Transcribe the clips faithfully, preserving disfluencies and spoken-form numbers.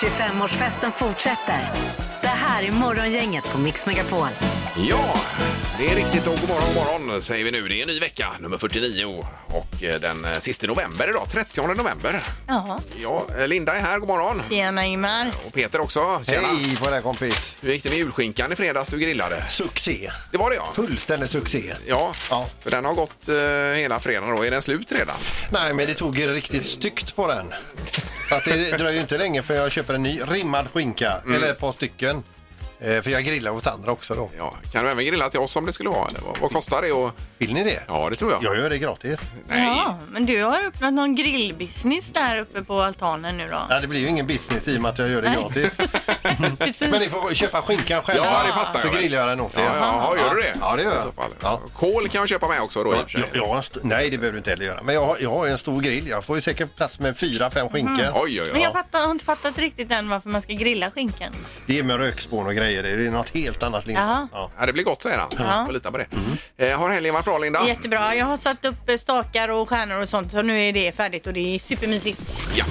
tjugofemårsfesten fortsätter. Det här är Morgongänget på Mix Megapol. Ja, det är riktigt och god morgon, god morgon säger vi nu. Det är en ny vecka, nummer fyrtionio och den sista november idag, trettionde november. Ja. Ja, Linda är här, god morgon. Tjena Ingmar. Och Peter också, tjena. Hej på dig kompis. Hur gick det med julskinkan i fredags du grillade? Succé. Det var det ja. Fullständig succé. Ja, Ja. för den har gått uh, hela fredagen då. Är den slut redan? Nej, men det tog riktigt styggt på den. Så att det dröjer ju inte länge för jag köper en ny rimmad skinka, mm. eller ett par stycken. För jag grillar åt andra också då. Ja, kan du även grilla till oss om det skulle vara? Eller vad, vad kostar det? Och... Vill ni det? Ja, det tror jag. Jag gör det gratis. Nej. Ja, men du har öppnat någon grillbusiness där uppe på altanen nu då? Ja, det blir ju ingen business i och med att jag gör det Nej. gratis. Men ni får köpa skinkan själva. Ja, det fattar jag. Så grillar jag den åt er. Ja, ja, ja, gör du det? Ja, det gör jag. I så fall. Ja. Kol kan jag köpa med också då i och för sig. Ja, jag har en st- nej, det behöver du inte heller göra. Men jag har, jag har en stor grill. Jag får ju säkert plats med fyra, fem skinkor. Mm. Oj, oj, oj. Men jag fattar, har inte fattat riktigt än varför man ska grilla skinkan. Det är med rökspån och grejer. Det är något helt annat. Jaha. Ja. Ja, det blir gott säger han. Ja. Får lita på det. Mm. Eh, har helgen varit bra, Linda? Jättebra, jag har satt upp eh, stakar och stjärnor och sånt. Så nu är det färdigt och det är supermysigt. Ja.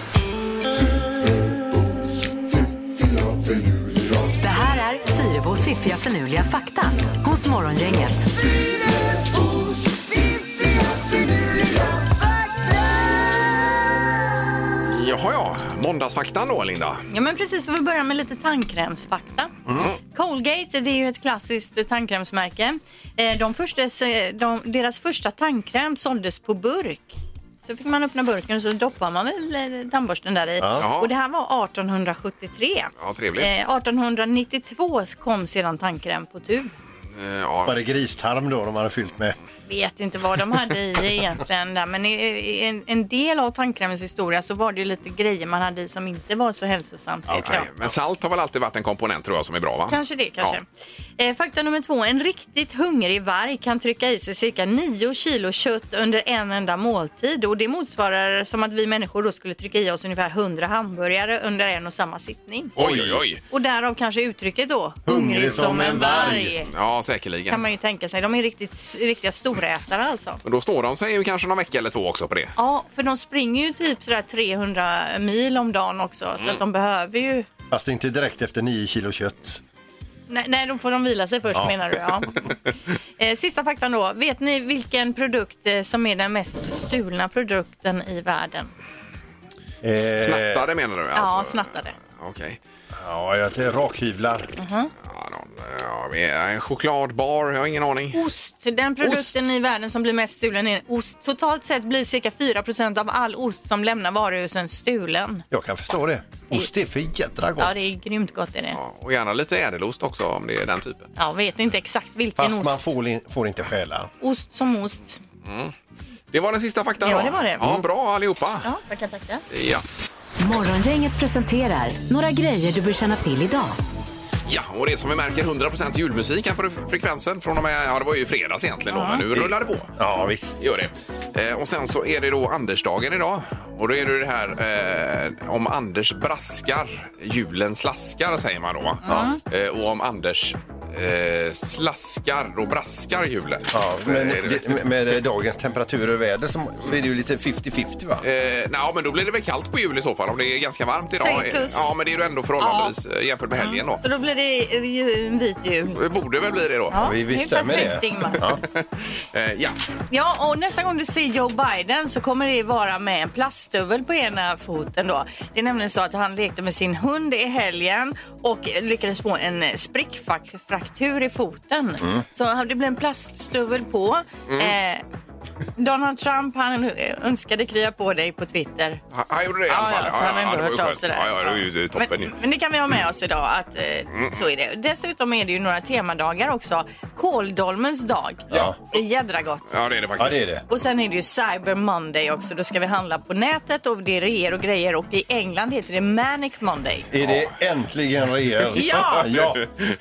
Det här är Fyrebos fiffiga förnuliga fakta hos Morgongänget. Jaha, ja. Måndagsfaktan då, Linda. Ja, men precis, så vi börjar med lite tandkrämsfakta. Mm. Colgate, det är ju ett klassiskt tandkrämsmärke. Eh, De första, de, deras första tandkräm såldes på burk. Så fick man öppna burken och så doppar man väl tandborsten där i. Ja. Och det här var arton sjuttiotre. Ja, trevligt. Eh, arton nittiotvå kom sedan tandkräm på tub. Eh, ja. Var det gristarm då de hade fyllt med? Vet inte vad de hade i egentligen där. Men i en, en del av tandkrämens historia så var det ju lite grejer man hade i som inte var så hälsosamt. vet Okay. jag. Men salt har väl alltid varit en komponent tror jag som är bra, va? Kanske det, kanske. Ja. Eh, fakta nummer två. En riktigt hungrig varg kan trycka i sig cirka nio kilo kött under en enda måltid. Och det motsvarar som att vi människor då skulle trycka i oss ungefär hundra hamburgare under en och samma sittning. Oj, oj, oj. Och därav kanske uttrycket då. Hungrig som, som en varg. Ja, säkerligen. Kan man ju tänka sig. De är riktigt, riktiga storätare alltså. Och då står de sig ju kanske någon vecka eller två också på det. Ja, för de springer ju typ sådär trehundra mil om dagen också. Så Mm. att de behöver ju... Fast inte direkt efter nio kilo kött. Nej, nej, då får de vila sig först, Ja. menar du, ja. eh, Sista faktan då. Vet ni vilken produkt eh, som är den mest stulna produkten i världen? Eh, Snattade menar du? Ja, Alltså? snattade. Okej. Ja, jag till rakhyvlar. Uh-huh. Ja, någon, ja, vi är en chokladbar, jag har ingen aning. Ost. Den produkten Ost. i världen som blir mest stulen är ost. Totalt sett blir cirka fyra procent av all ost som lämnar varuhusen stulen. Jag kan förstå det. Ost är för jädra gott. Ja, det är grymt gott är det. Ja, och gärna lite ädelost också om det är den typen. Jag vet inte exakt vilken Fast ost. man får, in, får inte stjäla. Ost som ost. Det var den sista faktan Ja, då. det var det. Ja, bra allihopa. Ja, tackar, tackar. Ja. Morgongänget presenterar några grejer du bör känna till idag. Ja, och det som vi märker hundra procent julmusik här på frekvensen från och med, ja det var ju fredags egentligen då, men nu rullar det på. Ja, visst. Gör det. Eh, och sen så är det då Andersdagen idag. Och då är det det här eh, om Anders braskar, julen slaskar säger man då va? Ja. Eh, och om Anders eh, slaskar och braskar julen. Ja, men Eh, är det- med, med dagens temperaturer och väder så så är det ju lite femtio femtio va? Eh, nej, men då blir det väl kallt på jul i så fall om det är ganska varmt idag. Tre plus. Ja, men det är ju ändå förhållandevis ja. jämfört med helgen då. Så då blir det ju en vit jul. Det borde väl bli det då. Ja, vi det är visste med perfekt, det. Ingmar. Ja. Eh, ja. Ja, och nästa gång du ser Joe Biden så kommer det vara med en plaststövel på ena foten då. Det är nämligen så att han lekte med sin hund i helgen och lyckades få en sprickfraktur i foten. Mm. Så det blev en plaststövel på. Mm. Eh, Donald Trump, han önskade krya på dig på Twitter. Han, han gjorde det i alla Ja, fall. ja, så han har ändå det var ju hört av skönt. sig där. Ja, ja, det var ju toppen men, ju. men det kan vi ha med oss idag att eh, mm. så är det. Dessutom är det ju några temadagar också. Kåldolmens dag. Ja. Det är jädra gott. Ja, det är det faktiskt. Ja, det är det. Och sen är det ju Cyber Monday också. Då ska vi handla på nätet och det är reor och grejer. Och i England heter det Manic Monday. Är det äntligen reell? Ja! Ja.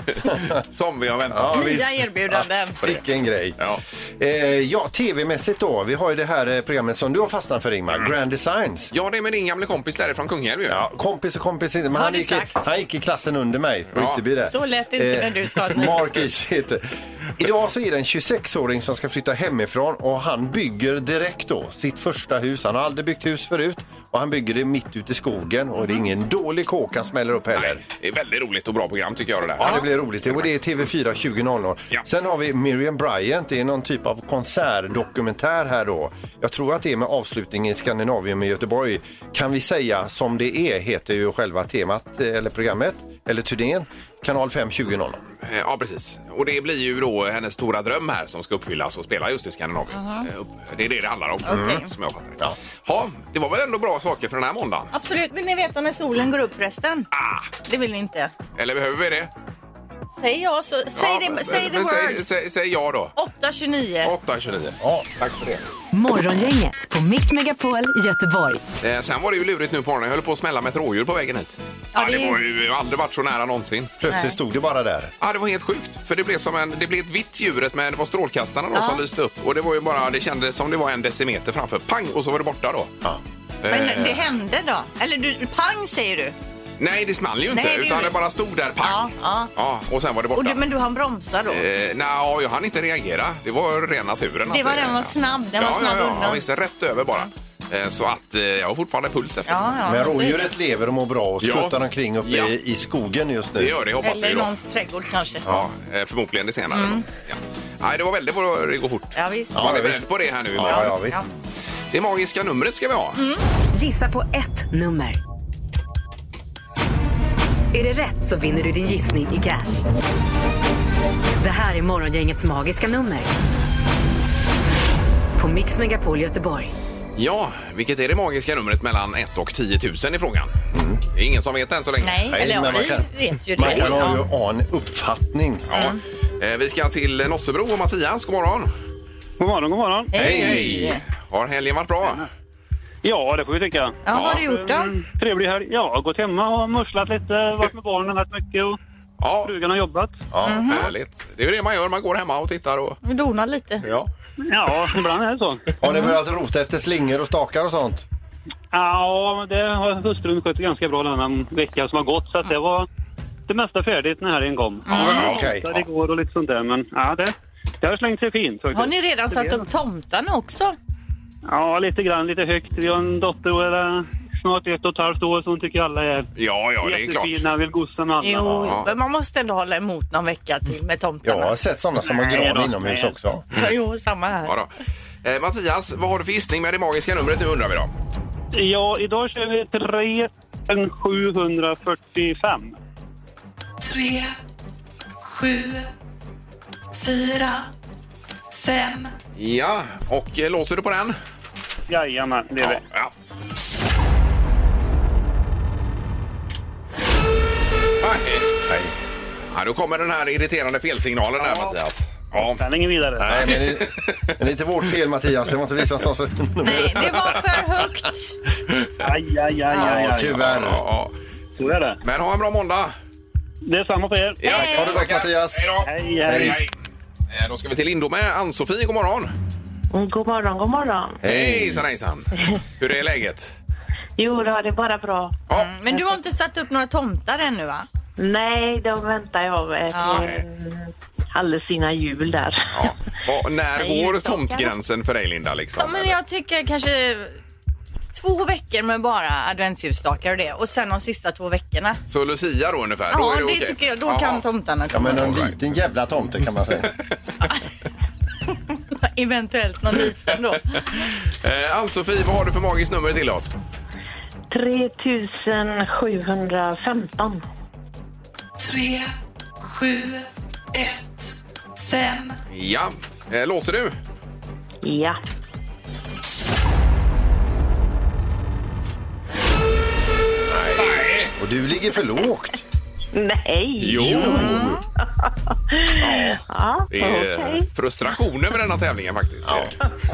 Som vi har väntat. Ja, Nya visst. erbjudanden. Vilken grej. Ja. Eh, ja, tv-mässigt då. Vi har ju det här eh, programmet som du har fastnat för, Ingmar. Mm. Grand Designs. Ja, det är med din gamla kompis därifrån Kungälv ju. Ja, kompis och kompis. Men Har han du gick, i, sagt? han gick i klassen under mig på Ja. Ytterby där. Så lät det inte när du sa att ni- Mark Is heter. Idag så är det en tjugosex-åring som ska flytta hemifrån och han bygger direkt då sitt första hus. Han har aldrig byggt hus förut och han bygger det mitt ute i skogen och det är ingen dålig kåk han smäller upp heller. Nej, det är väldigt roligt och bra program tycker jag det där. Ja, det blir roligt. Och det är T V fyra tjugo noll noll. Ja. Sen har vi Miriam Bryant. Det är någon typ av konsertdokumentär här då. Jag tror att det är med avslutning i Skandinavien med Göteborg. Kan vi säga som det är, heter ju själva temat eller programmet eller turnén. Kanal fem tjugo noll noll. Ja, precis. Och det blir ju då hennes stora dröm här som ska uppfyllas och spela just i Skandinavien. Uh-huh. Det är det det handlar om, Okay. som jag fattar det. Ja. Ha, det var väl ändå bra saker för den här måndagen? Absolut. Vill ni veta när solen går upp förresten? Ah. Det vill ni inte. Eller behöver vi det? Säg ja, så, säg, ja, det, men, säg the men, word. Säg, säg, säg ja då. åtta tjugonio. åtta tjugonio. Ja, tack för det. Morgongänget på Mix Megapol Göteborg. Eh, sen var det ju lurigt nu på morgonen. Jag höll på att smälla med ett rådjur på vägen hit. Ja, Ja, det det- var ju aldrig varit så nära någonsin. Plötsligt Nej. stod det bara där. Ja, det var helt sjukt. För det blev som en, det blev ett vitt djuret med det var strålkastarna då Ja. som lyste upp. Och det var ju bara, det kändes som det var en decimeter framför. Pang! Och så var det borta då. Ja. Men Eh, det hände då? Eller du, pang säger du? Nej, det small ju inte. Nej, det utan gjorde- det bara stod där, pang. Ja, ja. Ja, och sen var det borta. Och du, men du hann bromsa då? Eh, nej, jag hann inte reagera. Det var ren naturen. Det att var den var snabb, den ja, var snabb ja, ja, undan. ja, visst, rätt över bara. Eh, så att eh, jag har fortfarande puls efter. Ja, ja, Men så är det. rådjuret lever och mår bra och Ja. skuttar omkring uppe Ja. i, i skogen just nu. Det gör det, hoppas vi Eller då. någons trädgård kanske. Ja, eh, förmodligen det senare. då. Ja. Nej, det var väldigt bra, det går fort. Ja, visst. Man Ja, är visst. beredd på det här nu. Ja, imorgon. ja, visst. Ja. Det magiska numret ska vi ha. Gissa på ett nummer. Är det rätt så vinner du din gissning i cash. Det här är Morgongängets magiska nummer. På Mix Megapol Göteborg. Ja, vilket är det magiska numret mellan ett och tio tusen i frågan? Det är ingen som vet än så länge. Nej, Nej, eller ja, men man vi kan- vet ju det. Man kan ha, Ja. ju ha en uppfattning. Ja. Eh, vi ska till Nossebro och Mattias. God morgon. God morgon, god morgon. Hej, hej. Har helgen varit bra? Ja, det får vi tycka. Ja, vad har du gjort då? Mm, Trevlig helg. Ja, gått hemma och musslat lite, varit med barnen rätt mycket och Ja, frugan har jobbat. ja härligt. Det är ju det man gör. Man går hemma och tittar och... Vi donar lite. Ja. Ja, ibland är det så. Har ni börjat rota efter slingor och stakar och sånt? Ja, det har hustrun skött ganska bra den veckan som har gått, så att det var det mesta färdigt när helgen kom. Ja, okej. Så det går och lite sånt där, men ja, det, det har slängt sig fint. faktiskt. Har ni redan satt upp tomtarna också? Ja, lite grann, lite högt. Vi har en dotter eller snart ett och ett halvt år som tycker alla är Ja, ja, det är klart. jättefina, vill gossa med alla. Jo, Ja. men man måste ändå hålla emot någon vecka till med Jag tomtarna. har sett sådana som har Nej gran då, inomhus nej. också. Jo, samma här. Ja, då. Eh, Mattias, vad har du för gissning med det magiska numret nu undrar vi då? Ja, idag kör vi tre sjuhundrafyrtiofem. tre, sju, fyra, fem. Ja, och eh, låser du på den? Jajamän, det är Ja. det. ja. Nej. Nej. Ja, då kommer den här irriterande felsignalen där, Mattias. Ja. Den är ingen vidare. Nej, men det, men det är inte vårt fel, Mattias. Det var inte vi som sa så. Nej, det var för högt. Aj, aj, aj, aj, Ja, aj. tyvärr. Ja, ja. Så är det. Men ha en bra måndag. Det är samma för er. Ja, Ha det gott, Mattias. Hej då. Hej, hej. hej. Eh, Då ska vi till Lindo med Ann-Sofie. God morgon. God morgon, god morgon. Hejsan, hejsan. Hur är läget? Jo, då är det bara bra. Ja. Men du har inte satt upp några tomtar ännu, va? Nej, då väntar jag med Ja. eh, alldeles sina jul där. Ja. Och när Nej, går julstakar. tomtgränsen för dig, Linda? Liksom? Ja, men jag tycker kanske två veckor med bara adventsljusstakar och det. Och sen de sista två veckorna. Så Lucia då ungefär? Då Ja, är det, det okej. tycker jag. Då Jaha. kan tomtarna Ja, komma. men en All right. liten jävla tomte kan man säga. Eventuellt någon liten då. Eh, Ann-Sofie, vad har du för magiskt nummer till oss? tre tusen sjuhundrafemton. tre, sju, ett, fem. Ja, eh, låser du? Ja. Nej. Och du ligger för lågt. Nej. Jo. Ja, Det är okej. frustration över denna tävlingen faktiskt. Ja,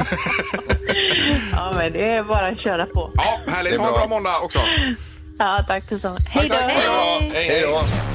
Ja, men det är bara att köra på. ja härligt. Det är Ha en bra. bra måndag också. Ja, tack detsamma. Hej då. Tack, tack. Hej då. Hej, Hej hej. då.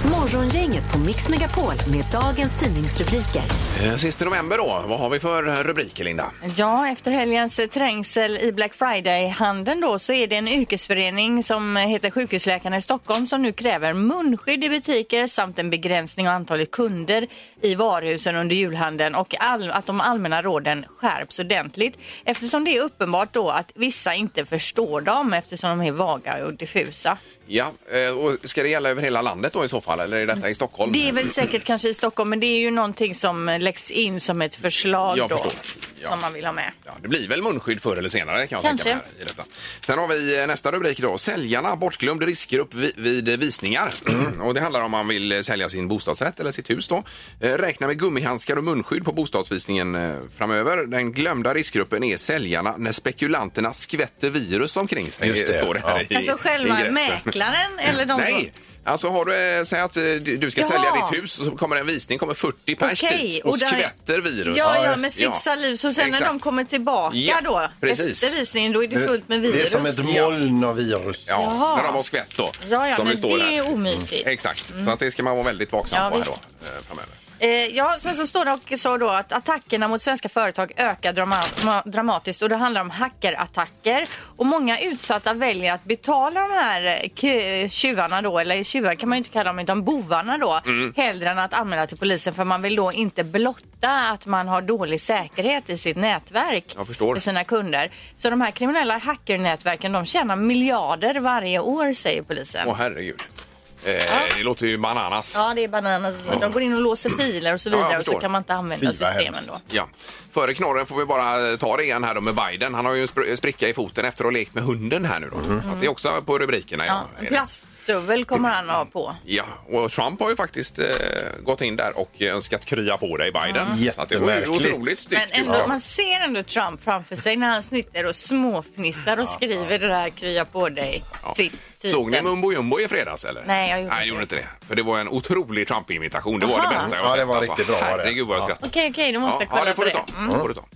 Morgongänget på Mix Megapol med dagens tidningsrubriker. Eh, Sista november då, vad har vi för rubriker, Linda? Ja, efter helgens trängsel i Black Friday-handeln då så är det en yrkesförening som heter Sjukhusläkarna i Stockholm som nu kräver munskydd i butiker samt en begränsning av antalet kunder i varuhusen under julhandeln och all, att de allmänna råden skärps ordentligt eftersom det är uppenbart då att vissa inte förstår dem eftersom de är vaga och diffusa. Ja, och ska det gälla över hela landet då i så fall, eller är detta i Stockholm? Det är väl säkert kanske i Stockholm, men det är ju någonting som läggs in som ett förslag Jag då, förstår. Ja. som man vill ha med. Ja, det blir väl munskydd förr eller senare kan jag Kanske. tänka mig här i detta. Sen har vi nästa rubrik då. Säljarna bortglömde risker upp vid, vid visningar. Mm. Och det handlar om man vill sälja sin bostadsrätt eller sitt hus då. Eh, räkna med gummihandskar och munskydd på bostadsvisningen eh, framöver. Den glömda riskgruppen är säljarna när spekulanterna skvätter virus omkring sig. Just det. Står det här Ja. i, Alltså själva i mäklaren eller de Nej. som... Alltså har du, säg att eh, du ska Jaha. sälja ditt hus och så kommer en visning, kommer fyrtio pers Okej, dit och, och där- skvätter virus. Ja, ja, Ja, med sitt ja. saliv. Så sen när Exakt. de kommer tillbaka Ja, då, precis. efter visningen, då är det fullt med virus. Det är som ett moln av virus. Ja, Jaha. när de har skvätt då. Ja, ja, som men det står det där. är omysigt. Exakt, så att det ska man vara väldigt vaksam Ja, på här då, visst. eh, framöver. Eh, ja, sen så står det också då att attackerna mot svenska företag ökar drama- ma- dramatiskt och det handlar om hackerattacker. Och många utsatta väljer att betala de här kö- tjuvarna då, eller tjuvar kan man ju inte kalla dem, utan bovarna då, Mm. hellre än att anmäla till polisen för man vill då inte blotta att man har dålig säkerhet i sitt nätverk Jag förstår. för sina kunder. Så de här kriminella hackernätverken, de tjänar miljarder varje år, säger polisen. Åh herregud. Eh, Det låter ju bananas. Ja, det är bananas. De går in och låser filer och så Ja, jag vidare och så förstår. kan man inte använda Fy, vad systemen hemskt. då. Ja. Före knorren får vi bara ta det igen här då med Biden. Han har ju en spr- spricka i foten efter att ha lekt med hunden här nu då. Så att det är också på rubrikerna. Ja, Ja, är det. plastduvel kommer han ha på. Ja, och Trump har ju faktiskt eh, gått in där och önskat krya på dig, Biden. Så att det var ju Jättemärkligt. otroligt styggt. Men ändå, Ja. man ser ändå Trump framför sig när han sitter och småfnissar och skriver det där krya på dig. Ja. Tweet- Såg ni tweeten. Mumbo Jumbo i fredags eller? Nej, jag gjorde Nej, inte gjorde inte det. För det var en otrolig Trump-imitation. Det var Aha. det bästa jag Ja, har det sett. var alltså. riktigt bra, var det. Herregud vad jag Ja. skrattade. Okej, okej, då måste Ja, jag kolla ja, det får på du det. ta. Mm. Det får du ta.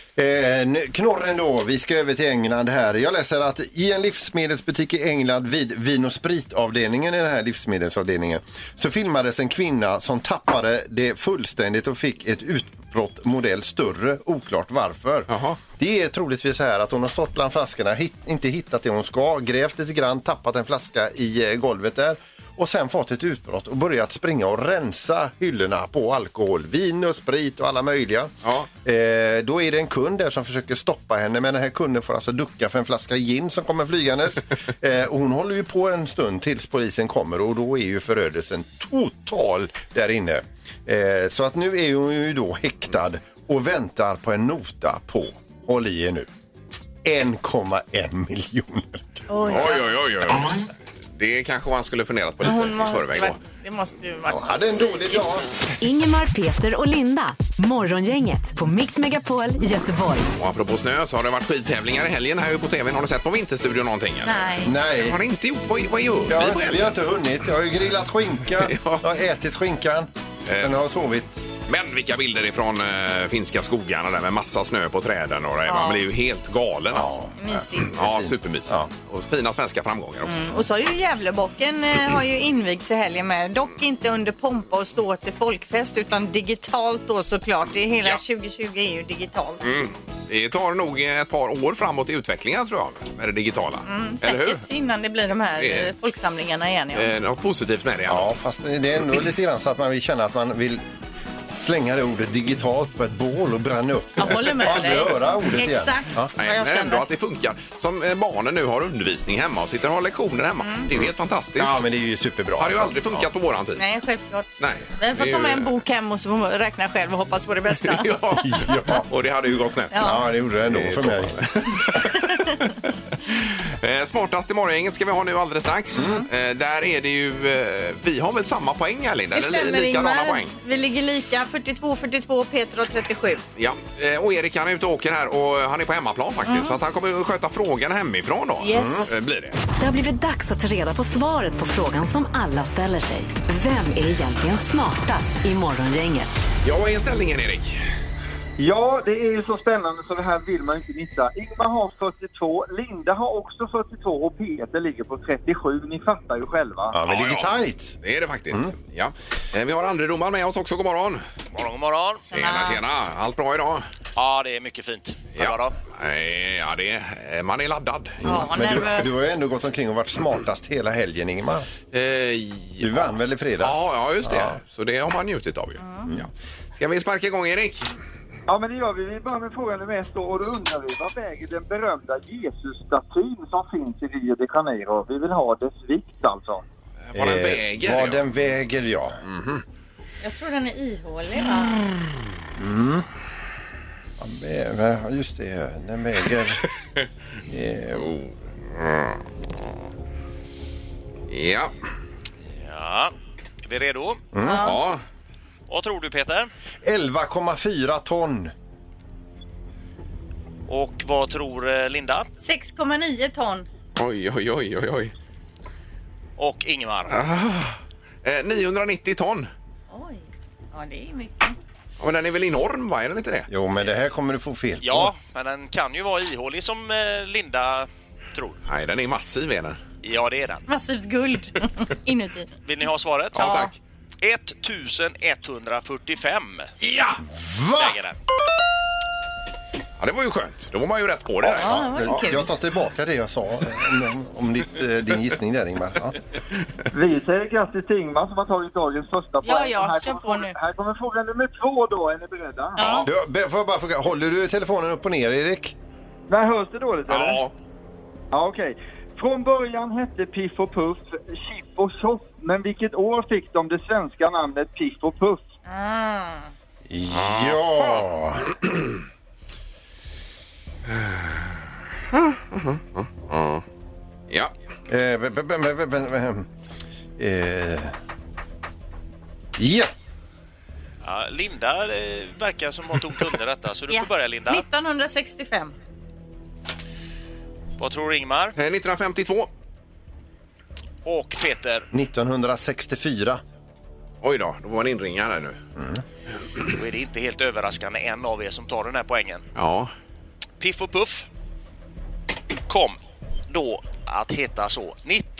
Eh, nu- knorren då, vi ska över till England här. Jag läser att i en livsmedelsbutik i England vid vin- och spritavdelningen i den här livsmedelsavdelningen så filmades en kvinna som tappade det fullständigt och fick ett utbrott modell större, oklart varför. Jaha. Det är troligtvis så här att hon har stått bland flaskorna, hit, inte hittat det hon ska, grävt lite grann, tappat en flaska i eh, golvet där och sen fått ett utbrott och börjat springa och rensa hyllorna på alkohol, vin och sprit och alla möjliga. Ja. Eh, då är det en kund där som försöker stoppa henne, men den här kunden får alltså ducka för en flaska gin som kommer flygandes. eh, och hon håller ju på en stund tills polisen kommer och då är ju förödelsen total där inne. Eh, så att nu är hon ju då häktad och väntar på en nota på, håll i er nu, en komma en miljoner. Oj, Oj, oj, oj, oj. Det kanske man skulle funderat på lite Hon i måste, förväg då. varit- det måste ju vara... Hon hade en dålig dag. Ingemar, Peter och Linda. Morgongänget på Mix Megapol Göteborg. Och apropå snö så har det varit skidtävlingar i helgen här på tvn. Har du sett på Vinterstudion någonting? Eller? Nej. Nej. Har ni inte gjort? Vad, vad gör Ja, vi på vi helgen? har inte hunnit. Jag har ju grillat skinka, Ja. jag har ätit skinkan, sen har jag sovit. Men vilka bilder ifrån eh, finska skogarna där med massa snö på träden. Och det. Man blir ju helt galen alltså. Mysigt. Ja, supermysigt. Ja. Och fina svenska framgångar också. Och så har ju Gävlebocken eh, har ju invigts i helgen med. Dock inte under pompa och stå till folkfest utan digitalt då såklart. Det är hela Ja. tjugo tjugo är ju digitalt. Mm. Det tar nog ett par år framåt i utvecklingen tror jag, med det digitala. Eller hur? Säkert innan det blir de här Det är- eh, folksamlingarna igen. Ja. Eh, något positivt med det. Ja, fast det är ändå lite grann så att man vill känna att man vill slänga det ordet digitalt på ett bål och bränna upp det. Jag håller med Och aldrig dig. höra ordet igen. Exakt Ja. vad Nej, jag men ändå känner. att det funkar. Som eh, barnen nu har undervisning hemma och sitter och har lektioner hemma. Det är ju helt fantastiskt. Ja, men det är ju superbra. Det hade ju aldrig funkat på våran tid. Nej, självklart. Nej. Men får Det är ta med ju- en bok hem och så får man räkna själv och hoppas på det bästa. Ja. Ja. Och det hade ju gått snett. Ja, det gjorde det ändå Det är för så. mig. Eh, smartast i morgongänget ska vi ha nu alldeles strax. Eh, där är det ju... Eh, vi har väl samma poäng här, Linda? Det Eller stämmer, likadana Ingmar. poäng? Vi ligger lika. fyrtiotvå fyrtiotvå, Peter och trettiosju. Ja, eh, och Erik han är ute och åker här och han är på hemmaplan faktiskt. Så att han kommer att sköta frågan hemifrån då. Yes. Eh, blir det. Det har blivit dags att ta reda på svaret på frågan som alla ställer sig. Vem är egentligen smartast i Morgongänget? Ja, vad är ställningen, Erik? Ja, det är ju så spännande så det här vill man inte missa. Ingmar har fyrtiotvå, Linda har också fyrtiotvå och Peter ligger på trettiosju. Ni fattar ju själva. Ja, vi Ja, ligger ja. tajt. Det är det faktiskt. Ja. Eh, Vi har andre domaren med oss också. God morgon. God morgon, god morgon. Tjena, tjena. Allt bra idag? Ja, det är mycket fint. Ja, Då? Eh, ja det är, man är laddad. Ja, Men du, nervös. du har ju ändå gått omkring och varit smartast hela helgen, Ingemar. Eh, Du vann väl i fredags? Ja, ja, just det. Ja. Så det har man njutit av ju. Ja. Ska vi sparka igång, Erik? Ja, men det gör vi. Vi börjar med frågan nummer ett då, och då undrar vi vad väger den berömda Jesus-statyn som finns i Rio de Janeiro? Vi vill ha dess vikt alltså. Vad den Eh, väger? Vad ja. den väger, ja. Jag tror den är ihålig, va? Ja, men, just det, den väger... eh, Ja. Ja. Är vi redo? Ja. Vad tror du, Peter? elva komma fyra ton. Och vad tror eh, Linda? sex komma nio ton. Oj, oj, oj, oj, oj. Och Ingemar? Eh, niohundranittio ton. Oj, ja det är mycket. Ja, men den är väl enorm, va? Är den inte det? Jo, men det här kommer du få fel på. Ja, men den kan ju vara ihålig som eh, Linda tror. Nej, den är massiv, är den. Ja, det är den. Massivt guld inuti. Vill ni ha svaret? Ja, tack. elvaetthundrafyrtiofem Ja! väger den. Ja, det var ju skönt. Då var man ju rätt på det där. Ja, det var Ja, kul. jag tar tillbaka det jag sa om, om ditt, eh, din gissning där, Ingmar. Ja. Vi säger grattis till Ingmar som har tagit dagens första Ja, poäng. ja, Här kör kommer- på nu. Här kommer fråga nummer två då. Är ni beredda? Ja. Du, be- får jag bara fråga, håller du telefonen upp och ner, Erik? Nej, hörs det dåligt eller? Ja. Ja, okej. Från början hette Piff och Puff Chip och Tjoff, men vilket år fick de det svenska namnet Piff och Puff? Ah. Ja. Ja. Eh, be- be- be- be- be- be- eh, Ja. Ja, Linda eh, verkar som att hon kunde detta, så du Ja. får börja, Linda. nittonhundrasextiofem. Vad tror Ingmar? Eh, nittonhundrafemtiotvå. Och Peter? nittonhundrasextiofyra. Oj då, då var en inringare här nu. Då är det inte helt överraskande en av er som tar den här poängen. Ja. Piff och Puff kom då att heta så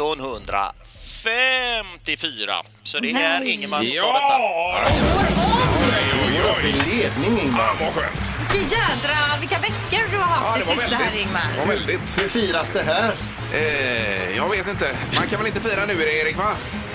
nittonhundrafemtiofyra. Så det är Nej. Ingemar som tar Ja! detta. Oj, oj, I ledning, Ingmar. Ja, vad skönt. Vilka jädra, vilka veckor du har Ja, haft det det var sista här, väldigt. Ingmar. Det var väldigt. Hur firas det här? Eh, jag vet inte. Man kan väl inte fira nu, Erik, va?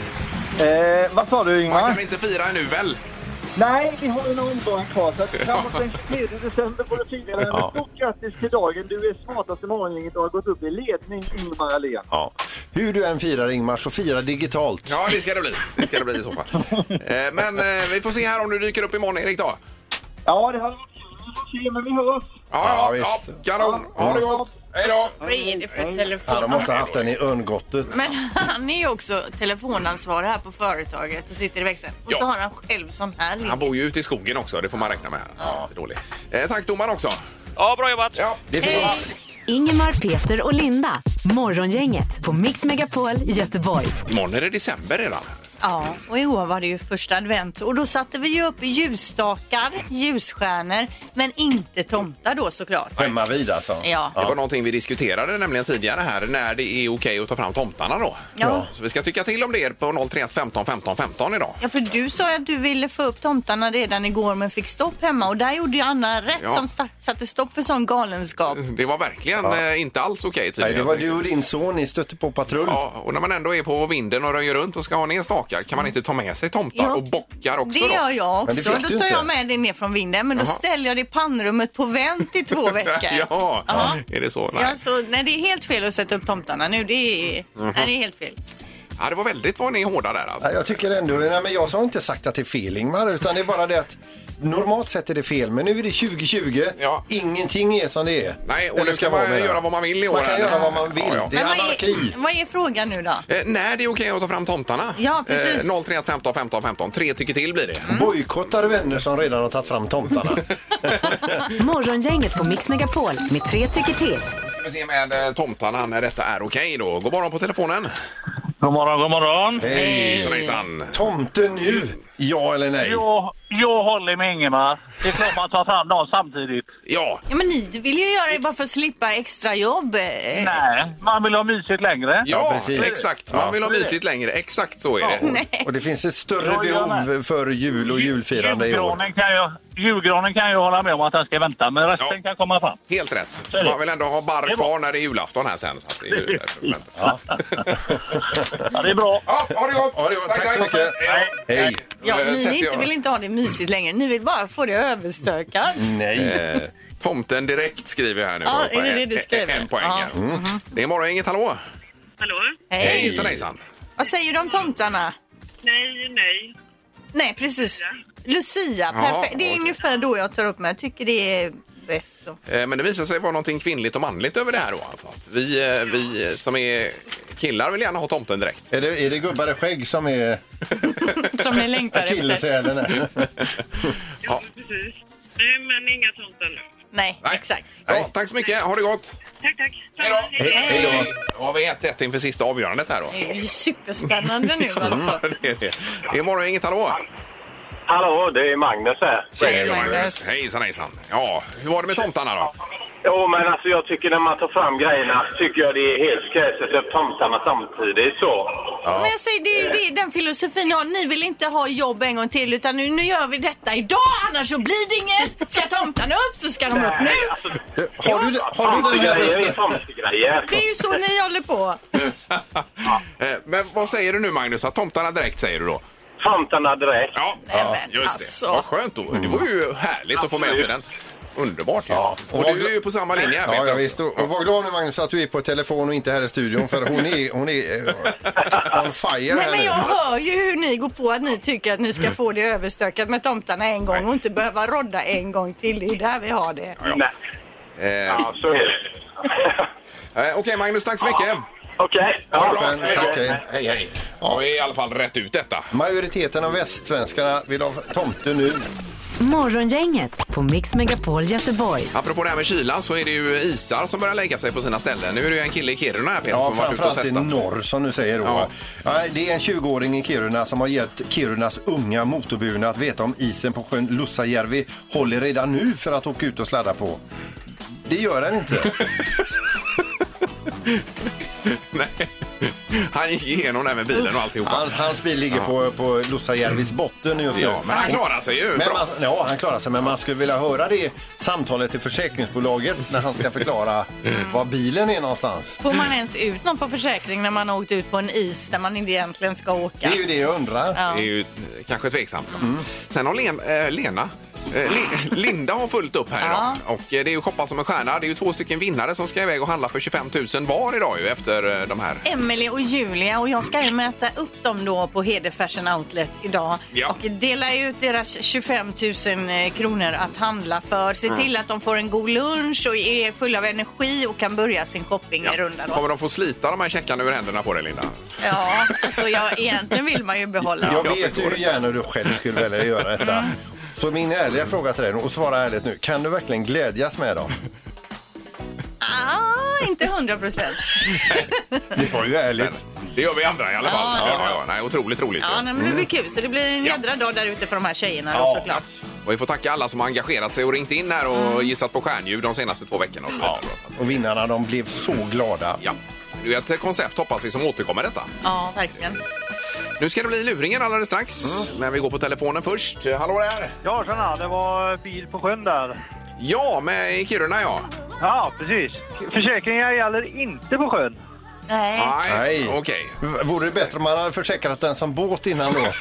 Eh, vad sa du Man Ingmar? kan inte fira nu, väl? Nej, vi har ju någon omgång kvar så att framåt den tjugotredje december får du fira den. Ja. Stort grattis till dagen. Du är smartaste morgongänget och har gått upp i ledning, Ingmar Ahlén. Ja. Hur du än firar, Ingmar, så fira digitalt. Ja, det ska det bli. Det ska det bli i så fall. Eh, men eh, vi får se här om du dyker upp imorgon, Erik, då. Ja, det hade varit kul. Vi får se, men vi hörs. Ja, Ja, ja, visst. ja, kanon. Ha det gott. Hej då. Vad är det för Ja, de telefon? måste ha haft den i örngottet. Men han är ju också telefonansvarig här på företaget och sitter i växeln. Och Ja. så har han själv sån här linje. Han bor ju ute i skogen också, det får man räkna med här. Ja. Det är dåligt. Eh, tack domaren också. Ja, bra jobbat. Ja. Det är fint. Ingemar, Peter och Linda. Morgongänget på Mix Megapol Göteborg. Imorgon är det december redan. Ja, och i år var det ju första advent. Och då satte vi ju upp ljusstakar, ljusstjärnor, men inte tomtar då såklart. Hemma vid alltså. Ja. Det var någonting vi diskuterade nämligen tidigare här, när det är okej att ta fram tomtarna då. Ja. Så vi ska tycka till om det på noll tre ett femton femton femton idag. Ja, för du sa ju att du ville få upp tomtarna redan igår men fick stopp hemma. Och där gjorde ju Anna rätt Ja. som sta- satte stopp för sån galenskap. Det var verkligen eh, inte alls okej Nej, tydligen. det var du och din son, ni stötte på patrull. Ja, och när man ändå är på vinden och röjer runt och ska ha ner stakar, kan man inte ta med sig tomtar Ja. och bockar också Det då? gör jag Men det också. fick Då du tar inte. jag med det ner från vinden. Men då Jaha. ställer jag det i pannrummet på vänt i två veckor. Ja, Ja. är det så? Nej. Ja, så, nej, det är helt fel att sätta upp tomtarna nu. Det är, nej, det är helt fel. Ja, det var väldigt vad ni är hårda där alltså. Ja, jag tycker ändå, nej, men jag har inte sagt att det är fel, Ingmar, utan det är bara det att normalt sett är det fel, men nu är det tjugo tjugo. Ja. Ingenting är som det är. Nej, och Eller nu ska kan man vara med göra det. vad man vill i år. Man kan här. göra vad man vill. Ja, ja. Det är Men vad anarki. är, vad är frågan nu då? Eh, när det är okej att ta fram tomtarna? Ja, precis. Eh, noll tre ett femton femton femton. Tre tycker till blir det. Mm. Bojkottar vänner som redan har tagit fram tomtarna. Morgongänget på Mix Megapol med tre tycker till. Ska vi se med eh, tomtarna när detta är okej då. God morgon på telefonen. God morgon, god morgon. Hejsan, hejsan. Tomte nu, ja eller nej? Ja, Jag håller med Ingemar. Det är klart man tar fram dem samtidigt. Ja. Ja, men ni vill ju göra det bara för att slippa extra jobb. Nej, man vill ha mysigt längre. Ja, precis. exakt. Man Ja. vill ha mysigt längre. Exakt så är det. Nej. Och det finns ett större Ja, jag med. behov för jul och julfirande i år. Julgranen kan jag, julgranen kan jag hålla med om att den ska vänta, men resten Ja. kan komma fram. Helt rätt. Så är det. Man vill ändå ha Det barr är kvar bra. när det är julafton här sen. Så att det är ju... Ja. Ja, det är bra. Ja, ha det gott! Ja, det var, tack så mycket. Hej. Hej. Ja, Eh, ni sätter inte jag- vill inte ha det mysigt längre. Ni vill bara få det överstökat. Nej. Eh, tomten direkt skriver jag här nu. Ja, då, på är det det en- du skriver? En poäng. Ja. Ja. Det är morgon, inget hallå. Hallå? Hej. Hejsan, hejsan. Vad säger du om tomtarna? Nej, nej. Nej, precis. Lucia, Ja, perfekt. Det är okej. ungefär då jag tar upp mig. Jag tycker det är bäst så. Eh, Men det visar sig vara någonting kvinnligt och manligt över det här då. Alltså. Att vi, eh, vi som är killar vill gärna ha tomten direkt. Är det, är det gubbar i skägg som är Som ni längtar efter. akilleshälen? här? Ja. Precis. Nej, men inga tomtar nu. Nej, Nej. exakt. Ja, tack så mycket, ha det gott. Tack, tack. Hej då. Hej då. Då har vi ett ett inför sista avgörandet här då. Det är ju superspännande nu alltså. Det är det. Det är morgon, inget hallå. Hallå, det är Magnus här. Hej, Magnus. Magnus. Hejsan, hejsan. Ja, hur var det med tomtarna då? Jo, men alltså jag tycker när man tar fram grejerna tycker jag det är helt skräs att upp tomtarna samtidigt så. Men jag säger, det är ju det, den filosofin jag har. Ni vill inte ha jobb en gång till utan nu, nu gör vi detta idag, annars så blir det inget. Ska tomtarna upp så ska de upp nu. Alltså, Har du, har du den här tomtegrejer är rösten? tomtegrejer. Det är ju så ni håller på. Eh, Men vad säger du nu, Magnus? Att tomtarna direkt säger du då? Tomtarna direkt. Ja, Nej, men just det. alltså. Vad skönt då. Det var ju härligt att få med sig den. Underbart. Ja. Och Och du är ju på samma linje här, Ja, vet jag jag visst. också. Och var glad nu, Magnus, att du är på telefon och inte här i studion. För hon är, hon är eh, on fire Nej, här men nu. jag hör ju hur ni går på att ni tycker att ni ska få det överstökat med tomtarna en gång och inte behöva rodda en gång till. Det är där vi har det. Nej. Eh, Ja, så är det. eh, Okej, Magnus, tack så mycket. Okej. Ha det Ja, bra. Men, hej då. tack, hej. Hej, hej. Ja, vi har i alla fall rätt ut detta. Majoriteten av västsvenskarna vill ha tomte nu. Morgongänget på Mix Megapol Göteborg. Apropå det här med kylan så är det ju isar som börjar lägga sig på sina ställen. Nu är det ju en kille i Kiruna här, Peter, Ja, som har varit ute och framförallt i testat. norr som du säger då. Ja. Ja. Det är en tjugoåring i Kiruna som har hjälpt Kirunas unga motorburna att veta om isen på sjön Lussajärvi håller redan nu för att åka ut och sladda på. Det gör den inte. Nej. Han gick igenom där med bilen och alltihopa. Hans, hans bil ligger Ja. på, på Lussajärvis botten just nu. Ja, men han klarar sig ju Men bra. man, ja, han klarar sig, men man skulle vilja höra det samtalet till försäkringsbolaget när han ska förklara var bilen är någonstans. Får man ens ut någon på försäkring när man har åkt ut på en is där man inte egentligen ska åka? Det är ju det jag undrar. Ja. Det är ju kanske tveksamt. Sen har Len, äh, Lena eh, Li- Linda har fullt upp här idag. Och eh, det är ju shoppa som en stjärna. Det är ju två stycken vinnare som ska iväg och handla för tjugofem tusen var idag ju efter eh, de här. Emelie och Julia, och jag ska ju mäta upp dem då på Hede Fashion Outlet idag Ja. och dela ut deras tjugofem tusen kronor att handla för. Se till att de får en god lunch och är fulla av energi och kan börja sin shoppingrunda då. Kommer de få slita de här checkarna ur händerna på dig, Linda? Ja, alltså jag, egentligen vill man ju behålla dem. Jag jag vet förstår ju gärna hur du själv skulle välja att göra detta. Så min ärliga fråga till dig, och svara ärligt nu, kan du verkligen glädjas med dem? Ah, inte hundra procent. Det var ju ärligt. Det gör vi andra i alla fall. Ja, Ja, det ja, ja. Nej, otroligt roligt. Ja, nej, men det blir kul. Så det blir en Ja. jädra dag där ute för de här tjejerna då, Ja. såklart. Och vi får tacka alla som har engagerat sig och ringt in här och gissat på stjärnljud de senaste två veckorna. Och så vidare. Och vinnarna, de blev så glada. Ja. Det är ett koncept, hoppas vi, som återkommer detta. Ja, verkligen. Nu ska det bli luringen alldeles strax. Men vi går på telefonen först. Hallå där! Ja, tjena, det var bil på sjön där. Ja, med i Kiruna, ja. Ja, precis. Försäkringar gäller inte på sjön. Nej. Nej, Nej. okej. V- Vore det bättre om man hade försäkrat den som båt innan då?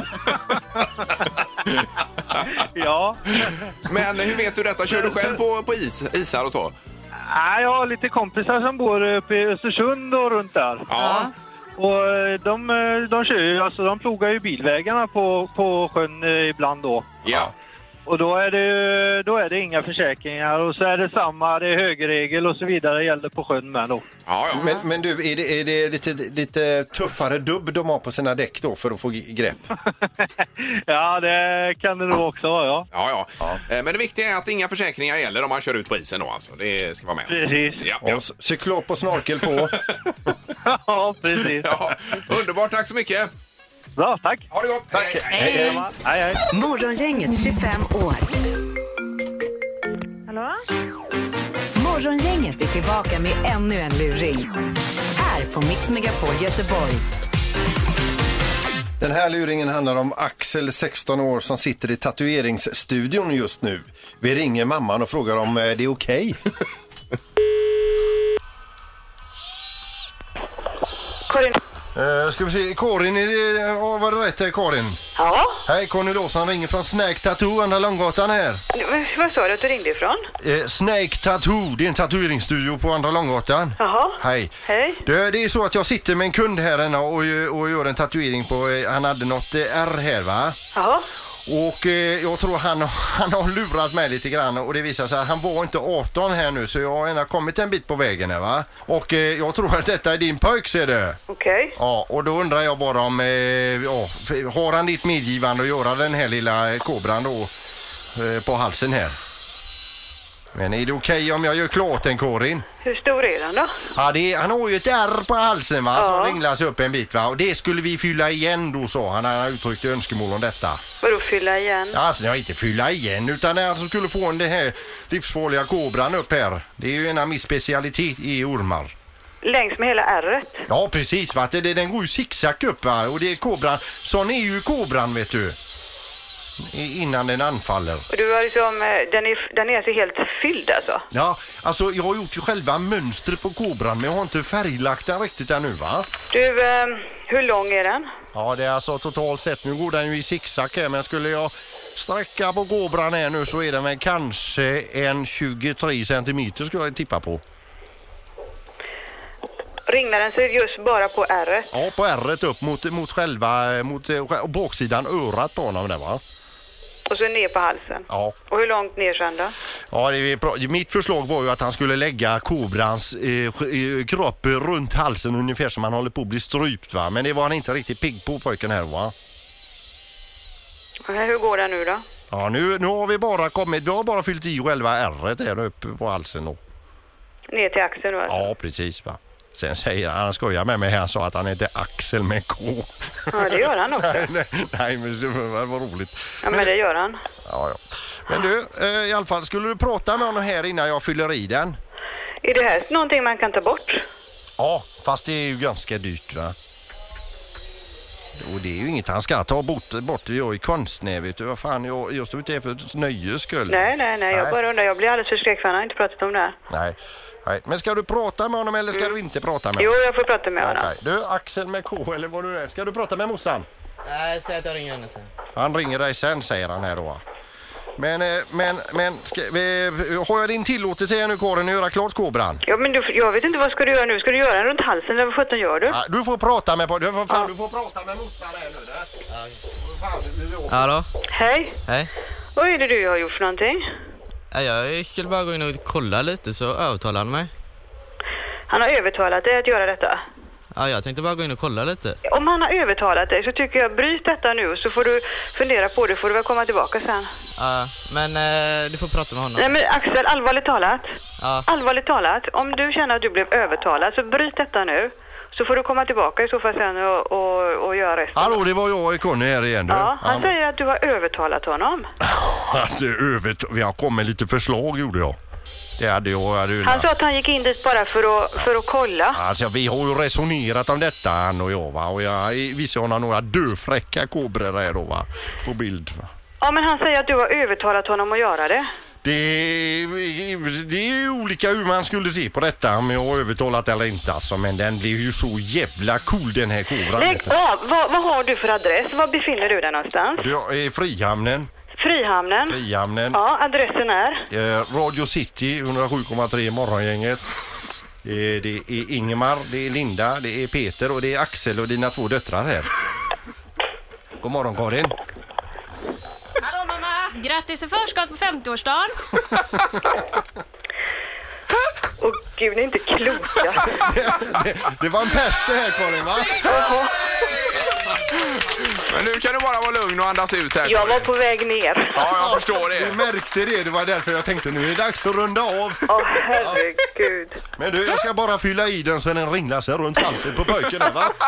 Ja. Men hur vet du detta? Kör du själv på, på is, isar och så? Nej, jag har lite kompisar som bor uppe i Östersund och runt där. Ja. Och eh, de, eh, de kör ju, alltså de plogar ju bilvägarna på, på sjön eh, ibland då. Ja. Och då är, det, då är det inga försäkringar och så är det samma, det är högerregel och så vidare gäller på sjön med då. Ja, ja. Men, men du, är det, är det lite, lite tuffare dubb de har på sina däck då för att få g- grepp? Ja, det kan det nog också vara, ja. Ja, ja. Eh, Men det viktiga är att inga försäkringar gäller om man kör ut på isen då alltså. Det ska vara med. Precis. Ja, ja. Och s- cyklop och snorkel på. Ja, precis. Ja, underbart, tack så mycket. Ja, tack. Ha det gott. Tack. Hej, hej. Hej, hej. Morgongänget tjugofem år. Hallå? Morgongänget är tillbaka med ännu en luring. Här på Mix Megapol Göteborg. Den här luringen handlar om Axel, sexton år, som sitter i tatueringsstudion just nu. Vi ringer mamman och frågar om det är okej. Karin. Uh, ska vi se, Karin, är det, oh, var det rätt här, Karin? Ja? Hej, Conny Låsson ringer från Snake Tattoo, Andra Långgatan här. Vad sa du att du ringde ifrån? Eh, Snake Tattoo, det är en tatueringsstudio på Andra Långgatan. Jaha. Hej. Hej. Det, det är så att jag sitter med en kund här ännu och, och gör en tatuering på, eh, han hade något eh, R här, va? Jaha. Och eh, jag tror han, han har lurat mig lite grann och det visar sig att han var inte arton här nu, så jag har ändå kommit en bit på vägen här, va? Och eh, jag tror att detta är din pojk, ser du. Okej. Okay. Ja, och då undrar jag bara om, eh, ja, har han ditt medgivande att göra den här lilla kobran då eh, på halsen här? Men är det okej okay om jag gör klart den, Karin? Hur stor är den då? Ja, det är, han har ju ett ärr på halsen, va? Ja. Som ringlas upp en bit, va? Och det skulle vi fylla igen då, så han har uttryckt önskemål om detta. Vadå fylla igen? Ja, alltså jag inte fylla igen, utan jag alltså skulle få en den här livsfarliga kobran upp här. Det är ju en av min specialitet i ormar. Längs med hela ärret? Ja, precis, va? Det, den går ju zigzag upp, va? Och det är kobran, sån är ju kobran, vet du. Innan den anfaller. Och du har liksom, den är, den är alltså helt fylld alltså? Ja, alltså jag har gjort ju själva mönstret på kobran, men jag har inte färglagt den riktigt ännu, va? Du, eh, hur lång är den? Ja, det är alltså totalt sett, nu går den ju i zigzag här, men skulle jag sträcka på kobran här nu så är den väl kanske en tjugotre centimeter skulle jag tippa på. Ringlar den sig just bara på ärret? Ja, på ärret upp mot, mot själva, mot eh, baksidan örat på honom där, va? Och så ner på halsen? Ja. Och hur långt ner sen då? Ja, det är bra. Mitt förslag var ju att han skulle lägga kobrans eh, kropp runt halsen ungefär som han håller på att bli strypt, va? Men det var han inte riktigt pigg på, pojken här, va? Och hur går det nu då? Ja, nu, nu har vi bara kommit, vi har bara fyllt i själva ärret där uppe på halsen då. Ner till axeln då alltså? Ja, precis, va? Sen säger han, han skojar med mig, han sa att han heter Axel med K. Ja, det gör han också. nej, nej, nej, men det var roligt. Ja, men det gör han. Ja, ja. Men du, eh, i alla fall, skulle du prata med honom här innan jag fyller i den? Är det här någonting man kan ta bort? Ja, fast det är ju ganska dyrt, va? Och det är ju inget han ska ta bort, bort jag är konstnär, vet du. Vad fan, jag, jag står inte för nöjes skull. Nej, nej, nej, jag bara undrar, jag blir alldeles förskräckt för han har inte pratat om det här. Nej. Nej, men ska du prata med honom eller ska mm. du inte prata med honom? Jo, jag får prata med honom. Okay. Du, Axel med K eller vad du är. Ska du prata med morsan? Nej, säg att jag ringer henne sen. Han ringer dig sen, säger han här då. Men, men, men ska, vi, har jag din tillåtelse här nu, Karin, att göra klart kobran? Ja, men du, jag vet inte vad ska du göra nu. Ska du göra den runt halsen eller vad sjutton gör du? Ja, du får prata med, du får, fan, ja. du får prata med morsan här nu. Där. Ja. Hallå? Hej. Hej. Vad är det du har gjort för någonting? Ja, jag skulle bara gå in och kolla lite så övertalade han mig. Han har övertalat dig att göra detta? Ja, jag tänkte bara gå in och kolla lite. Om han har övertalat dig så tycker jag bryt detta nu så får du fundera på det, får du väl komma tillbaka sen. Ja, men eh, du får prata med honom. Nej men Axel, allvarligt talat. Ja. Allvarligt talat, om du känner att du blev övertalad så bryt detta nu. Så får du komma tillbaka i så fall sen och, och, och göra resten. Hallå, det var jag och Conny här igen. Du. Ja, han, han säger att du har övertalat honom. Att det övert... Jag kom med lite förslag, gjorde jag. Det hade jag, hade han sa att han gick in dit bara för att, för att kolla. Alltså, vi har ju resonerat om detta, han och jag, va? Och jag visar honom några döfräcka kobror här då, va? På bild, va? Ja, men han säger att du har övertalat honom att göra det. Det är, det är ju olika hur man skulle se på detta, om jag har övertalat eller inte, alltså. Men den blir ju så jävla cool, den här kobran. Lägg av! Vad, vad har du för adress? Var befinner du dig någonstans? Jag är Frihamnen. Frihamnen? Frihamnen. Ja, adressen är? Eh, Radio City, hundrasju komma tre Morgongänget. Det, det är Ingemar, det är Linda, det är Peter och det är Axel och dina två döttrar här. God morgon, Karin. Hallå mamma, grattis i förskott på femtioårsdagen. Åh gud, ni är inte kloka. det, det, det var en pest det här, Karin, va? Men nu kan du bara vara lugn och andas ut här. Jag var på väg ner. Ja, jag förstår det. Du märkte det, det var därför jag tänkte nu är det dags att runda av. Åh, herregud. Men du, jag ska bara fylla i den så den ringlar sig runt halsen på pojken där, va?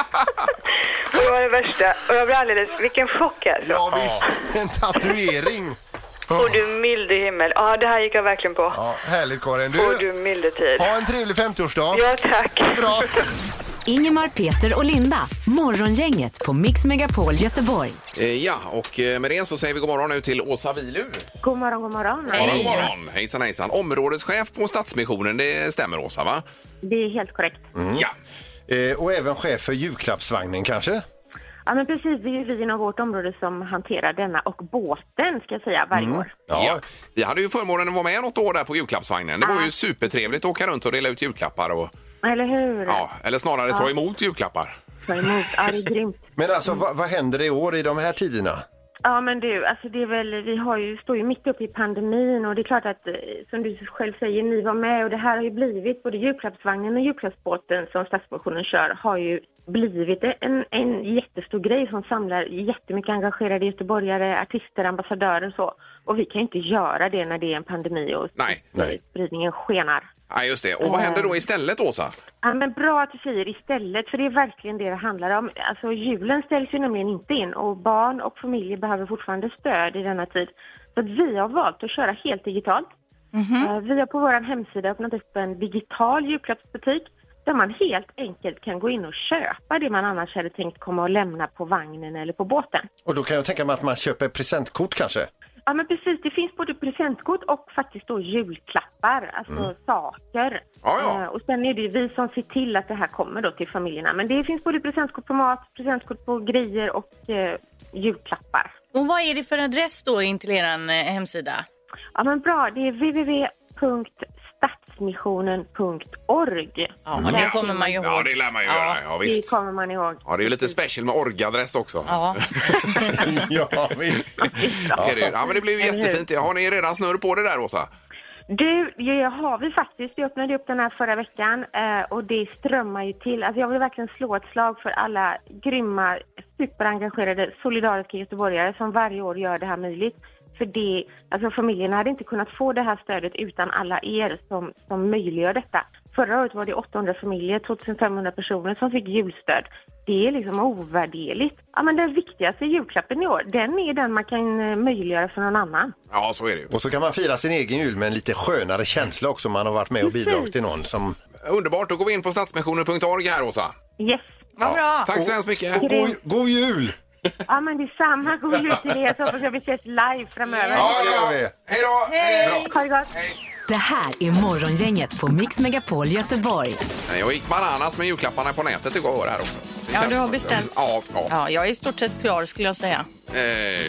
Och det var det värsta. Och jag blev alldeles, vilken chock alltså. Ja visst, en tatuering. Och du milde himmel. Ja, det här gick jag verkligen på. Ja, härligt Karin. Du, och du milde tid. Ha en trevlig femtioårsdag. Ja, tack. Bra. Ingemar, Peter och Linda. Morgongänget på Mix Megapol Göteborg. Eh, ja, och med det så säger vi god morgon nu till Åsa Vilu. God morgon, god morgon. Hej. God morgon. Hejsan, hejsan. Områdeschef på Stadsmissionen, det stämmer Åsa, va? Det är helt korrekt. Mm. Ja. Eh, och även chef för julklappsvagnen kanske? Ja, men precis. Det är ju vi inom vårt område som hanterar denna och båten, ska jag säga, varje mm. år. Ja. ja, vi hade ju förmånen att vara med något år där på julklappsvagnen. Det var ju supertrevligt att åka runt och dela ut julklappar och... Eller hur? Ja, eller snarare ta ja. emot julklappar. Ta emot, ja, det är grymt. Men alltså, vad, vad händer i år i de här tiderna? Ja, men du, alltså det är väl, vi har ju, står ju mitt uppe i pandemin och det är klart att, som du själv säger, ni var med och det här har ju blivit, både julklappsvagnen och julklappsbåten som Stadsmissionen kör har ju blivit en, en jättestor grej som samlar jättemycket engagerade göteborgare, artister, ambassadörer och så. Och vi kan ju inte göra det när det är en pandemi och Nej. spridningen skenar. Ja, just det. Och vad händer då istället, Åsa? Ja, men bra att du säger istället, för det är verkligen det det handlar om. Alltså julen ställs ju nämligen inte in och barn och familjer behöver fortfarande stöd i denna tid. Så att vi har valt att köra helt digitalt. Mm-hmm. Vi har på vår hemsida öppnat upp en digital julklappsbutik där man helt enkelt kan gå in och köpa det man annars hade tänkt komma och lämna på vagnen eller på båten. Och då kan jag tänka mig att man köper presentkort kanske? Ja, men precis. Det finns både presentkort och faktiskt då julklappar, alltså mm. saker. Ja, ja. Uh, och sen är det ju vi som ser till att det här kommer då till familjerna. Men det finns både presentkort på mat, presentkort på grejer och uh, julklappar. Och vad är det för adress då in till er uh, hemsida? Ja, men bra. Det är w w w punkt stadsmissionen punkt org. Ja, men det kommer man ju ihåg. Ja, det lär man ju ja. göra. Ja, visst. Det kommer man ihåg. Ja, det är ju lite special med orgadress också. Ja. ja, visst. Ja. ja, men det blir ju jättefint. Har ni redan snurr på det där, Åsa? Du, det har vi faktiskt. Vi öppnade upp den här förra veckan och det strömmar ju till. Alltså jag vill verkligen slå ett slag för alla grymma, superengagerade, solidariska göteborgare som varje år gör det här möjligt. För det, alltså familjerna hade inte kunnat få det här stödet utan alla er som, som möjliggör detta. Förra året var det åttahundra familjer, tjugofemhundra personer som fick julstöd. Det är liksom ovärderligt. Ja, men den viktigaste julklappen i år, den är den man kan möjliggöra för någon annan. Ja, så är det ju. Och så kan man fira sin egen jul med en lite skönare känsla också om man har varit med och bidragit till någon som... Underbart, då går vi in på stadsmissionen punkt org här, Åsa. Yes. Vad bra. Tack så hemskt mycket. Och god, god jul! Ja, men det är samma. God jul till er. Så hoppas jag vi ses live framöver. Ja, det gör vi. Hej då! Hej! Ha det gott. Hej. Det här är Morgongänget på Mix Megapol Göteborg. Jag gick bananas med julklapparna på nätet igår här också. Ja, du har beställt. Ja, ja. Ja, jag är i stort sett klar skulle jag säga. Eh,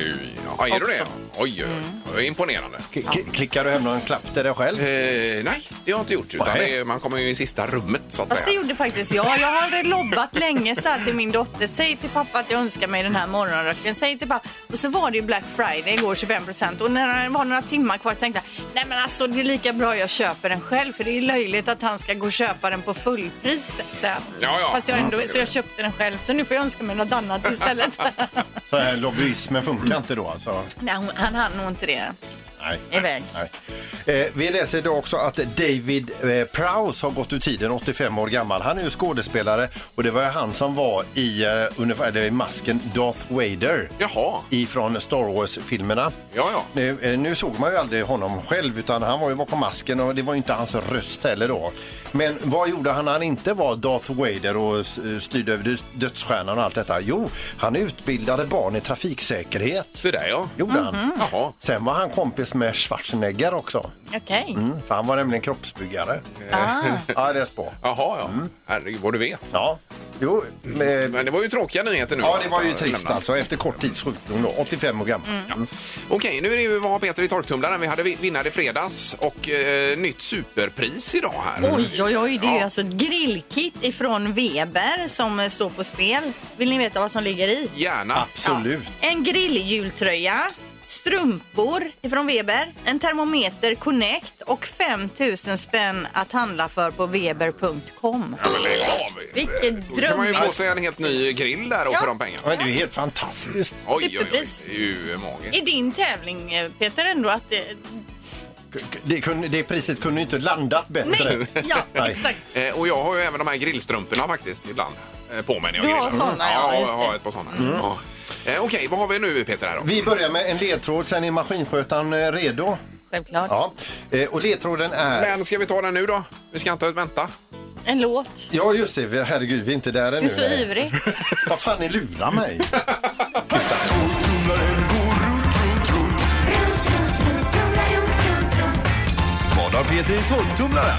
ja, är du det? Oj, mm. oj, imponerande. K- k- klickar du hem någon klapp till dig själv? Eh, nej, det har jag inte gjort. Utan det är, man kommer ju i sista rummet, så att Fast säga. det gjorde faktiskt jag. Jag har aldrig lobbat länge så här till min dotter. Säg till pappa att jag önskar mig den här morgonröcken. Säg till pappa. Och så var det ju Black Friday igår, tjugofem procent. Och när det var några timmar kvar tänkte jag, nej men alltså det är lika bra jag köper den själv. För det är löjligt att han ska gå och köpa den på fullpris. Så, Ja, ja. Fast jag ändå, Ja, så så jag köpte den själv. Så nu får jag önska mig något annat istället. Så här lobbyismen funkar inte då alltså? Nej, hon- han hann nog inte det. Nej. Iväg. Nej. Eh, vi läser idag också att David eh, Prowse har gått ur tiden, åttiofem år gammal. Han är ju skådespelare och det var ju han som var i, eh, ungefär, det är masken Darth Vader. Jaha. Ifrån Star Wars-filmerna. Ja, ja. Nu, eh, nu såg man ju aldrig honom själv utan han var ju bakom masken och det var ju inte hans röst heller då. Men vad gjorde han när han inte var Darth Vader och s- styrde över dö- dödsstjärnan och allt detta? Jo, han utbildade barn i trafiksäkerhet. Så där, ja. Gjorde han. Jaha. Sen var han kompis med Schwarzenegger också. Okej. Mm, för han var nämligen kroppsbyggare. Ah. Ja, det är spå. Jaha, ja. Herregud, vad du vet. Ja. Jo, med... Men det var ju tråkiga nyheter nu. Ja, det var ju Att trist lämna. alltså. Efter kort tids sjukdom då. åttiofem år gammal. Ja. Okej, nu är det ju vad Peter i torktumlaren. Vi hade vi- vinnare i fredags och eh, nytt superpris idag här. Oj, oj, oj. Det är ju Ja. alltså ett grillkit ifrån Weber som eh, står på spel. Vill ni veta vad som ligger i? Gärna. Absolut. En grilljultröja, strumpor ifrån Weber, en termometer Connect och fem tusen spänn att handla för på weber punkt com. Ja, men lägg av. Vilken Då kan man ju dröm. få sig en helt ny grill där och Ja. för de pengarna. Men det är ju helt fantastiskt. Oj, oj, oj. Superpris. Det är ju magiskt. I din tävling, Peter, ändå att det... Det, kunde, det priset kunde ju inte landat bättre. Nej, ja, Nej. exakt. Eh, och jag har ju även de här grillstrumporna faktiskt ibland eh, på mig när jag Du har grillar. såna, ja, ja. just jag har det. ett par såna. Ja. Eh, Okej, vad har vi nu, Peter, här då? Vi börjar med en ledtråd, sen är maskinskötaren eh, redo. Självklart. Ja. Eh, och ledtråden är... Men ska vi ta den nu då? Vi ska inte vänta. En låt. Ja, just det. Vi- Herregud, vi är inte där ännu. Du är så nej. ivrig. Vad fan, ni lurar mig. Vad har Peter i torktumlaren?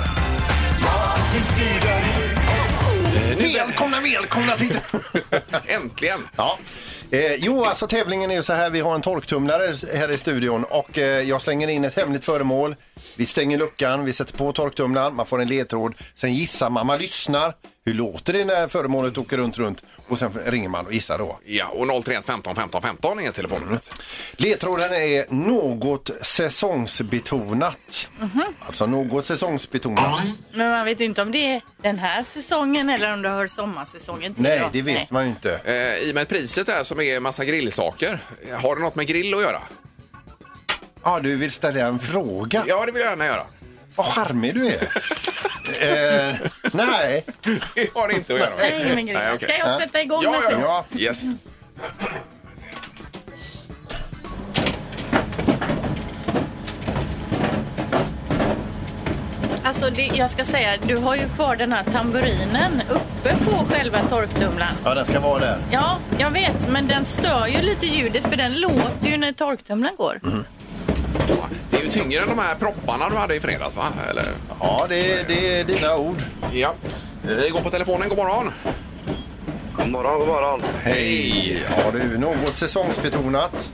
Välkomna, välkomna till... Äntligen! Ja. Eh, jo, alltså tävlingen är ju så här. Vi har en torktumlare här i studion och eh, jag slänger in ett hemligt föremål. Vi stänger luckan, vi sätter på torktumlaren, man får en ledtråd. Sen gissar man, man lyssnar. Hur låter det när föremålet åker runt, runt? Och sen ringer man och gissar då. Ja, och noll tre ett femton femton femton är telefonnumret. Ledtråden är något säsongsbetonat. Mhm. Alltså något säsongsbetonat. Men man vet inte om det är den här säsongen eller om det hör sommarsäsongen till. Nej, då. det vet Nej. man ju inte. Eh, I och med priset här som är massa grillsaker. Har det något med grill att göra? Ja, du vill ställa en fråga? Ja, det vill jag gärna göra. Vad charmig du är. eh, nej. Det har det inte att göra. Nej, men grej. Ska jag sätta igång Ja, ja, maskinen? ja. Yes. Alltså, det, jag ska säga, du har ju kvar den här tamburinen uppe på själva torktumlaren. Ja, den ska vara där. Ja, jag vet, men den stör ju lite ljudet för den låter ju när torktumlaren går. Mm. Det är ju tyngre än de här propparna du hade i fredags, va? Eller? Ja, det är, det är dina ord. Ja. Vi går på telefonen. God morgon. God morgon, god morgon. Hej. Har du något säsongsbetonat?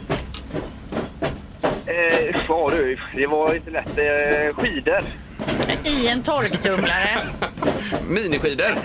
Eh, ja du, det var inte lätt. Eh, skidor. I en torktumlare. Miniskidor.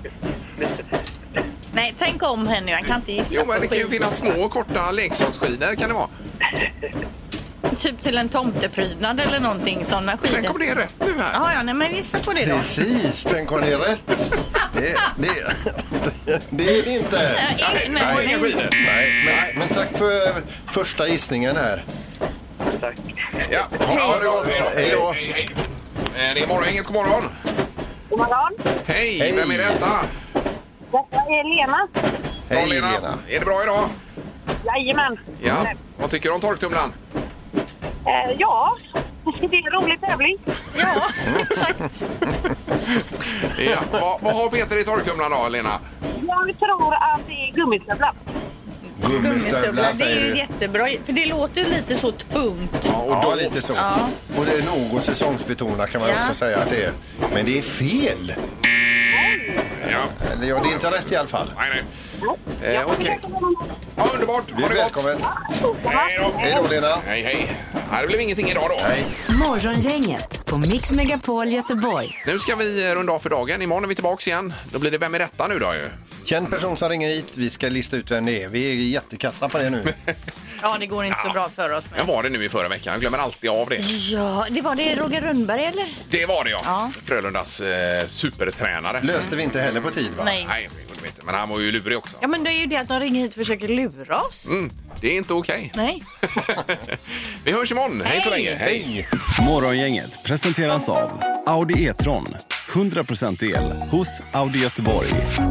Nej, tänk om henne, jag kan inte gissa. Jo, men det kan ju på finnas små korta leksaksskidor, kan det vara? Typ till en tomteprydnad eller någonting, sådana skidor. Tänk om det är rätt nu här. Ja, ja, nej, men gissa på det då. Precis, tänk om det är rätt. Det, det, det är det inte. Nej, nej, nej. Inga skidor. Nej, men, men tack för första gissningen här. Tack. Ja, ha det gott. Hej då. Hej, hej. Eh, Det är morgon, inget god morgon. God morgon. Hej, Hej. vem är detta? Detta är Lena. Hej, Lena. Lena. Är det bra idag? Jajamän. Ja. Vad tycker du om torktumlaren? Eh, ja, det är en rolig tävling. Ja, exakt. Ja. Vad, vad har Peter i torktumlaren då, Lena? Jag tror att det är gummistövlar. Gummistövlar, det är säger ju du. jättebra. För det låter ju lite så tungt. Ja, och Ja, då lite så. Ja. Och det är något säsongsbetonat kan man Ja. också säga att det är. Men det är fel. Ja. Eller ja, det är inte rätt i alla fall. Nej, nej. Eh, Okej. Ja, underbart. Du Ha är det gott. välkommen. Hej då. Hej då, Lena. Hej, hej. Ja, det blev ingenting idag då. Hej. Morgongänget på Mix Megapol Göteborg. Nu ska vi runda av för dagen. Imorgon är vi tillbaka igen. Då blir det Vem är detta nu då ju? Känd person som ringer hit. Vi ska lista ut vem det är. Vi är jättekassa på det nu. Ja, det går inte så bra för oss. Jag var det nu i förra veckan. Jag glömmer alltid av det. Ja, det var det Roger Rönnberg, eller? Det var det, ja. Ja. Frölundas eh, supertränare. Löste vi inte heller på tid, va? Nej. Nej, det gjorde vi inte. Men han var ju lurig också. Ja, men det är ju det att de ringer hit och försöker lura oss. Mm, det är inte okej. Nej. Vi hörs imorgon. Hej, så Hej. länge. Hej. Morgongänget presenteras av Audi E-tron. hundra procent el hos Audi Göteborg.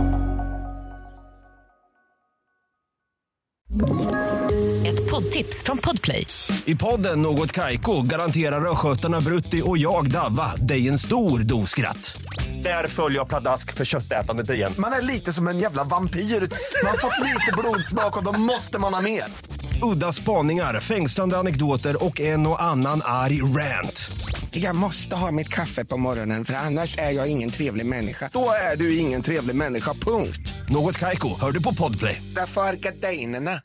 Ett poddtips från Podplay. I podden Något Kaiko garanterar östgötarna Brutti och jag Davva dig en stor dos skratt. Där följer jag pladask för köttätandet igen. Man är lite som en jävla vampyr. Man har fått lite blodsmak och då måste man ha mer. Udda spaningar, fängslande anekdoter och en och annan arg rant. Jag måste ha mitt kaffe på morgonen för annars är jag ingen trevlig människa. Då är du ingen trevlig människa, punkt. Något Kaiko, hör du på Podplay. Därför är gardinerna.